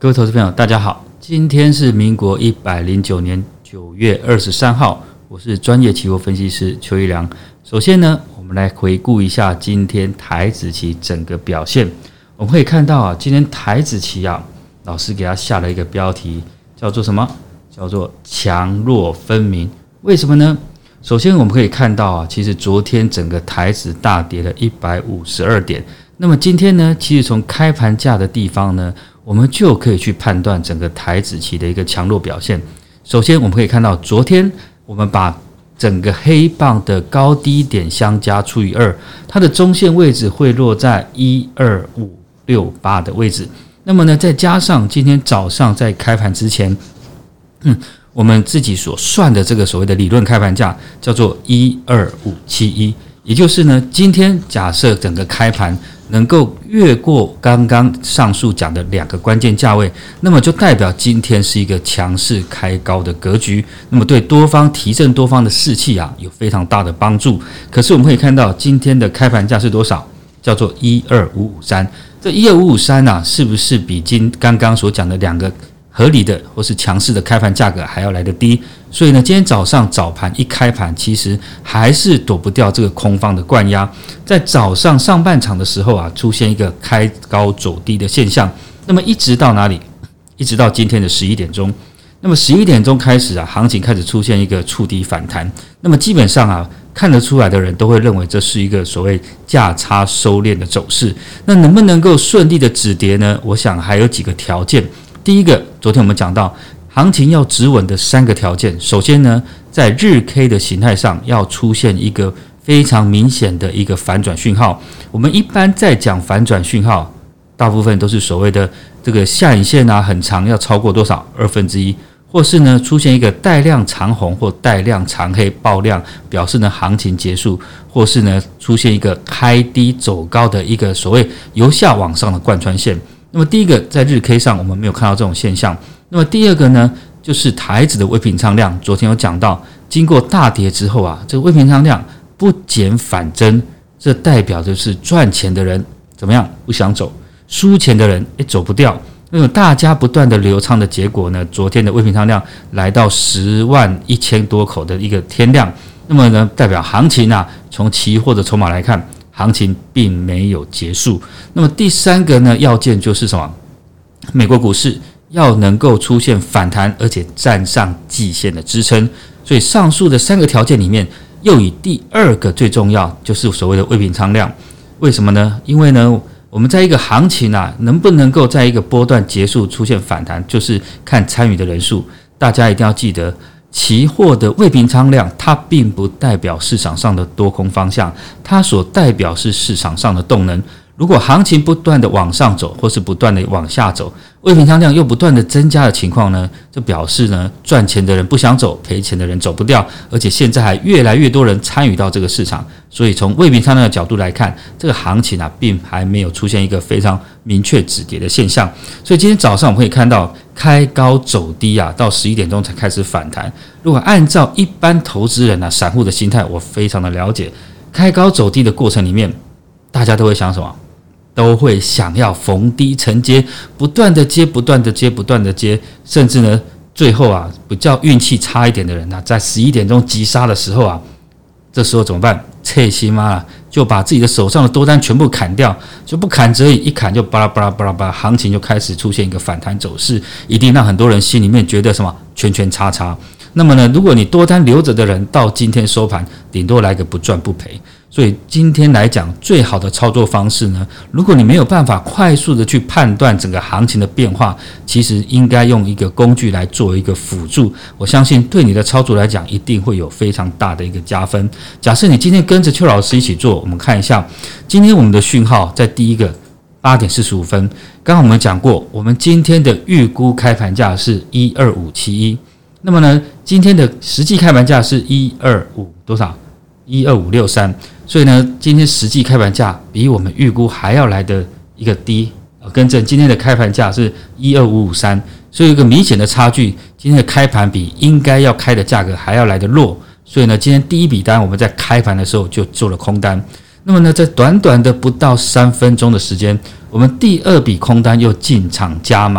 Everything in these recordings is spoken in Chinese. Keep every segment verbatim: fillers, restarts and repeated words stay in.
各位投资朋友大家好，今天是民国一百零九年九月二十三号，我是专业期货分析师邱一良。首先呢，我们来回顾一下今天台指期整个表现。我们可以看到啊，今天台指期啊，老师给他下了一个标题，叫做什么？叫做强弱分明。为什么呢？首先我们可以看到啊，其实昨天整个台指大跌了一百五十二点。那么今天呢，其实从开盘价的地方呢，我们就可以去判断整个台指期的一个强弱表现。首先我们可以看到，昨天我们把整个黑棒的高低点相加除以二，它的中线位置会落在一二五六八的位置。那么呢，再加上今天早上在开盘之前，嗯，我们自己所算的这个所谓的理论开盘价叫做一二五七一，也就是呢，今天假设整个开盘能够越过刚刚上述讲的两个关键价位，那么就代表今天是一个强势开高的格局，那么对多方提振多方的士气啊有非常大的帮助。可是我们可以看到今天的开盘价是多少？叫做一二五五三。这一二五五三啊，是不是比今刚刚所讲的两个合理的或是强势的开盘价格还要来得低？所以呢，今天早上早盘一开盘，其实还是躲不掉这个空方的灌压。在早上上半场的时候啊，出现一个开高走低的现象。那么一直到哪里？一直到今天的十一点钟。那么十一点钟开始啊，行情开始出现一个触底反弹。那么基本上啊，看得出来的人都会认为这是一个所谓价差收敛的走势。那能不能够顺利的止跌呢？我想还有几个条件。第一个，昨天我们讲到行情要止稳的三个条件。首先呢，在日 K 的形态上要出现一个非常明显的一个反转讯号。我们一般在讲反转讯号，大部分都是所谓的这个下影线啊很长，要超过多少？二分之一，或是呢出现一个带量长红或带量长黑爆量，表示呢行情结束，或是呢出现一个开低走高的一个所谓由下往上的贯穿线。那么第一个，在日 K 上我们没有看到这种现象。那么第二个呢，就是台指的未平仓量，昨天有讲到，经过大跌之后啊，这个未平仓量不减反增，这代表的是赚钱的人怎么样不想走，输钱的人诶走不掉。那么大家不断的流仓的结果呢，昨天的未平仓量来到十万一千多口的一个天量。那么呢，代表行情啊，从期货的筹码来看，行情并没有结束。那么第三个呢要件就是什么？美国股市要能够出现反弹，而且站上季线的支撑。所以上述的三个条件里面，又以第二个最重要，就是所谓的未平仓量。为什么呢？因为呢，我们在一个行情啊，能不能够在一个波段结束出现反弹，就是看参与的人数。大家一定要记得，期货的未平仓量，它并不代表市场上的多空方向，它所代表是市场上的动能。如果行情不断的往上走，或是不断的往下走，未平仓量又不断的增加的情况呢，就表示呢，赚钱的人不想走，赔钱的人走不掉，而且现在还越来越多人参与到这个市场。所以从未平仓量的角度来看，这个行情啊，并还没有出现一个非常明确止跌的现象。所以今天早上我们可以看到，开高走低啊，到十一点钟才开始反弹。如果按照一般投资人啊、散户的心态，我非常的了解，开高走低的过程里面，大家都会想什么？都会想要逢低承接，不断的接，不断的接，不断的接，甚至呢，最后啊，比较运气差一点的人啊，在十一点钟急杀的时候啊，这时候怎么办？切心嘛，就把自己的手上的多单全部砍掉，就不砍则已，一砍就巴拉巴拉巴拉巴拉，行情就开始出现一个反弹走势，一定让很多人心里面觉得什么圈圈叉叉。那么呢，如果你多单留着的人，到今天收盘，顶多来个不赚不赔。所以今天来讲，最好的操作方式呢，如果你没有办法快速的去判断整个行情的变化，其实应该用一个工具来做一个辅助。我相信对你的操作来讲，一定会有非常大的一个加分。假设你今天跟着邱老师一起做，我们看一下，今天我们的讯号在第一个八点四十五分，刚刚我们讲过，我们今天的预估开盘价是一二五七一，那么呢，今天的实际开盘价是一二五多少？一二五六三，所以呢，今天实际开盘价比我们预估还要来的一个低，更正，今天的开盘价是一二五五三，所以有一个明显的差距，今天的开盘比应该要开的价格还要来的弱，所以呢，今天第一笔单我们在开盘的时候就做了空单。那么呢，在短短的不到三分钟的时间，我们第二笔空单又进场加码，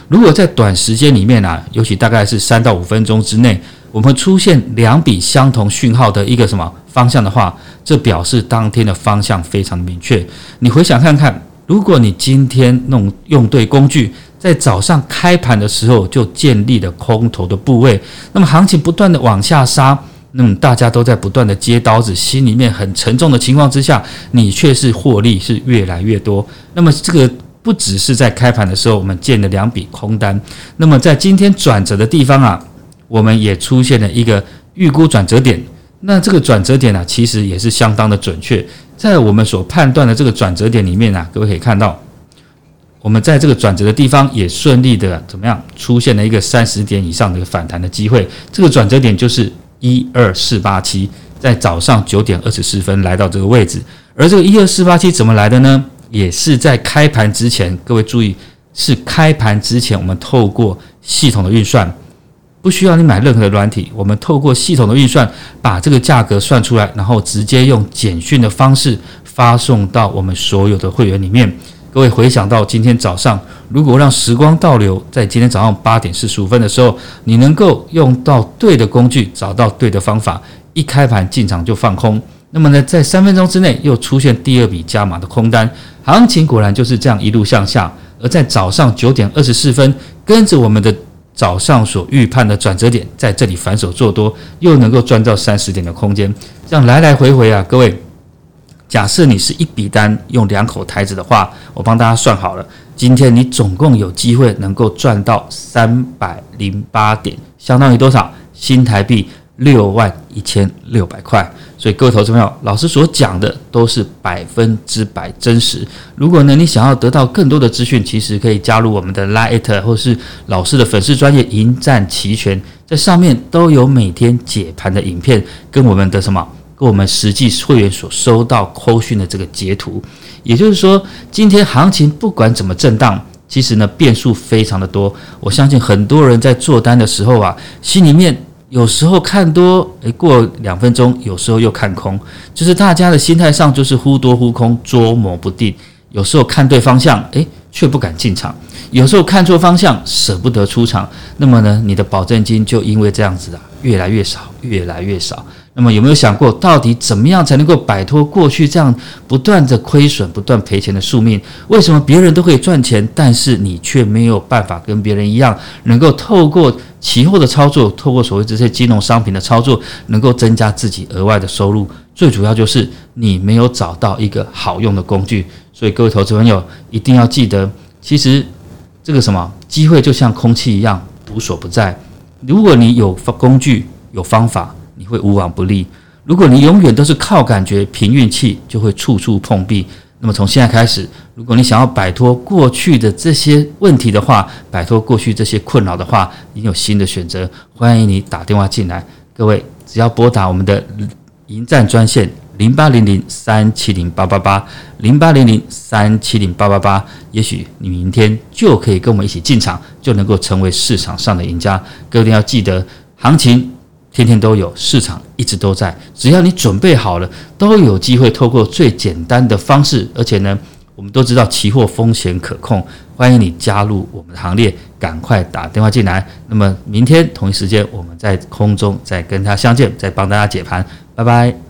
如果在短时间里面啊，尤其大概是三到五分钟之内，我们出现两笔相同讯号的一个什么方向的话，这表示当天的方向非常的明确。你回想看看，如果你今天弄用对工具，在早上开盘的时候就建立了空头的部位，那么行情不断的往下杀，那么大家都在不断的接刀子，心里面很沉重的情况之下，你却是获利是越来越多。那么这个不只是在开盘的时候我们建了两笔空单，那么在今天转折的地方啊，我们也出现了一个预估转折点。那这个转折点啊，其实也是相当的准确。在我们所判断的这个转折点里面啊，各位可以看到，我们在这个转折的地方也顺利的怎么样出现了一个三十点以上的反弹的机会。这个转折点就是一二四八七，在早上九点二十四分来到这个位置。而这个一二四八七怎么来的呢？也是在开盘之前，各位注意，是开盘之前我们透过系统的运算，不需要你买任何的软体，我们透过系统的运算把这个价格算出来，然后直接用简讯的方式发送到我们所有的会员里面。各位回想到今天早上，如果让时光倒流，在今天早上八点四十五分的时候，你能够用到对的工具，找到对的方法，一开盘进场就放空，那么呢，在三分钟之内又出现第二笔加码的空单，行情果然就是这样一路向下。而在早上九点二十四分，跟着我们的早上所预判的转折点，在这里反手做多，又能够赚到三十点的空间，这样来来回回啊，各位，假设你是一笔单用两口台子的话，我帮大家算好了，今天你总共有机会能够赚到三百零八点，相当于多少？新台币六万一千六百块。所以各位投资朋友，老师所讲的都是百分之百真实。如果呢你想要得到更多的资讯，其实可以加入我们的 Line 或是老师的粉丝专页迎战期权，在上面都有每天解盘的影片，跟我们的什么，跟我们实际会员所收到扣讯的这个截图。也就是说，今天行情不管怎么震荡，其实呢变数非常的多。我相信很多人在做单的时候啊，心里面有时候看多，诶，过两分钟，有时候又看空，就是大家的心态上就是忽多忽空，捉摸不定。有时候看对方向，诶，却不敢进场；有时候看错方向，舍不得出场。那么呢，你的保证金就因为这样子啊，越来越少，越来越少。那么有没有想过，到底怎么样才能够摆脱过去这样不断的亏损、不断赔钱的宿命？为什么别人都可以赚钱，但是你却没有办法跟别人一样，能够透过期货的操作，透过所谓这些金融商品的操作，能够增加自己额外的收入？最主要就是你没有找到一个好用的工具。所以各位投资朋友一定要记得，其实这个什么机会就像空气一样无所不在。如果你有工具、有方法，你会无往不利。如果你永远都是靠感觉、凭运气，就会处处碰壁。那么从现在开始，如果你想要摆脱过去的这些问题的话，摆脱过去这些困扰的话，你有新的选择，欢迎你打电话进来。各位只要拨打我们的迎战专线零八零零三七零八八八零八零零三七零八八八，也许你明天就可以跟我们一起进场，就能够成为市场上的赢家。各位一定要记得，行情天天都有，市场一直都在，只要你准备好了，都有机会透过最简单的方式。而且呢，我们都知道期货风险可控，欢迎你加入我们的行列，赶快打电话进来。那么明天同一时间，我们在空中再跟他相见，再帮大家解盘。拜拜。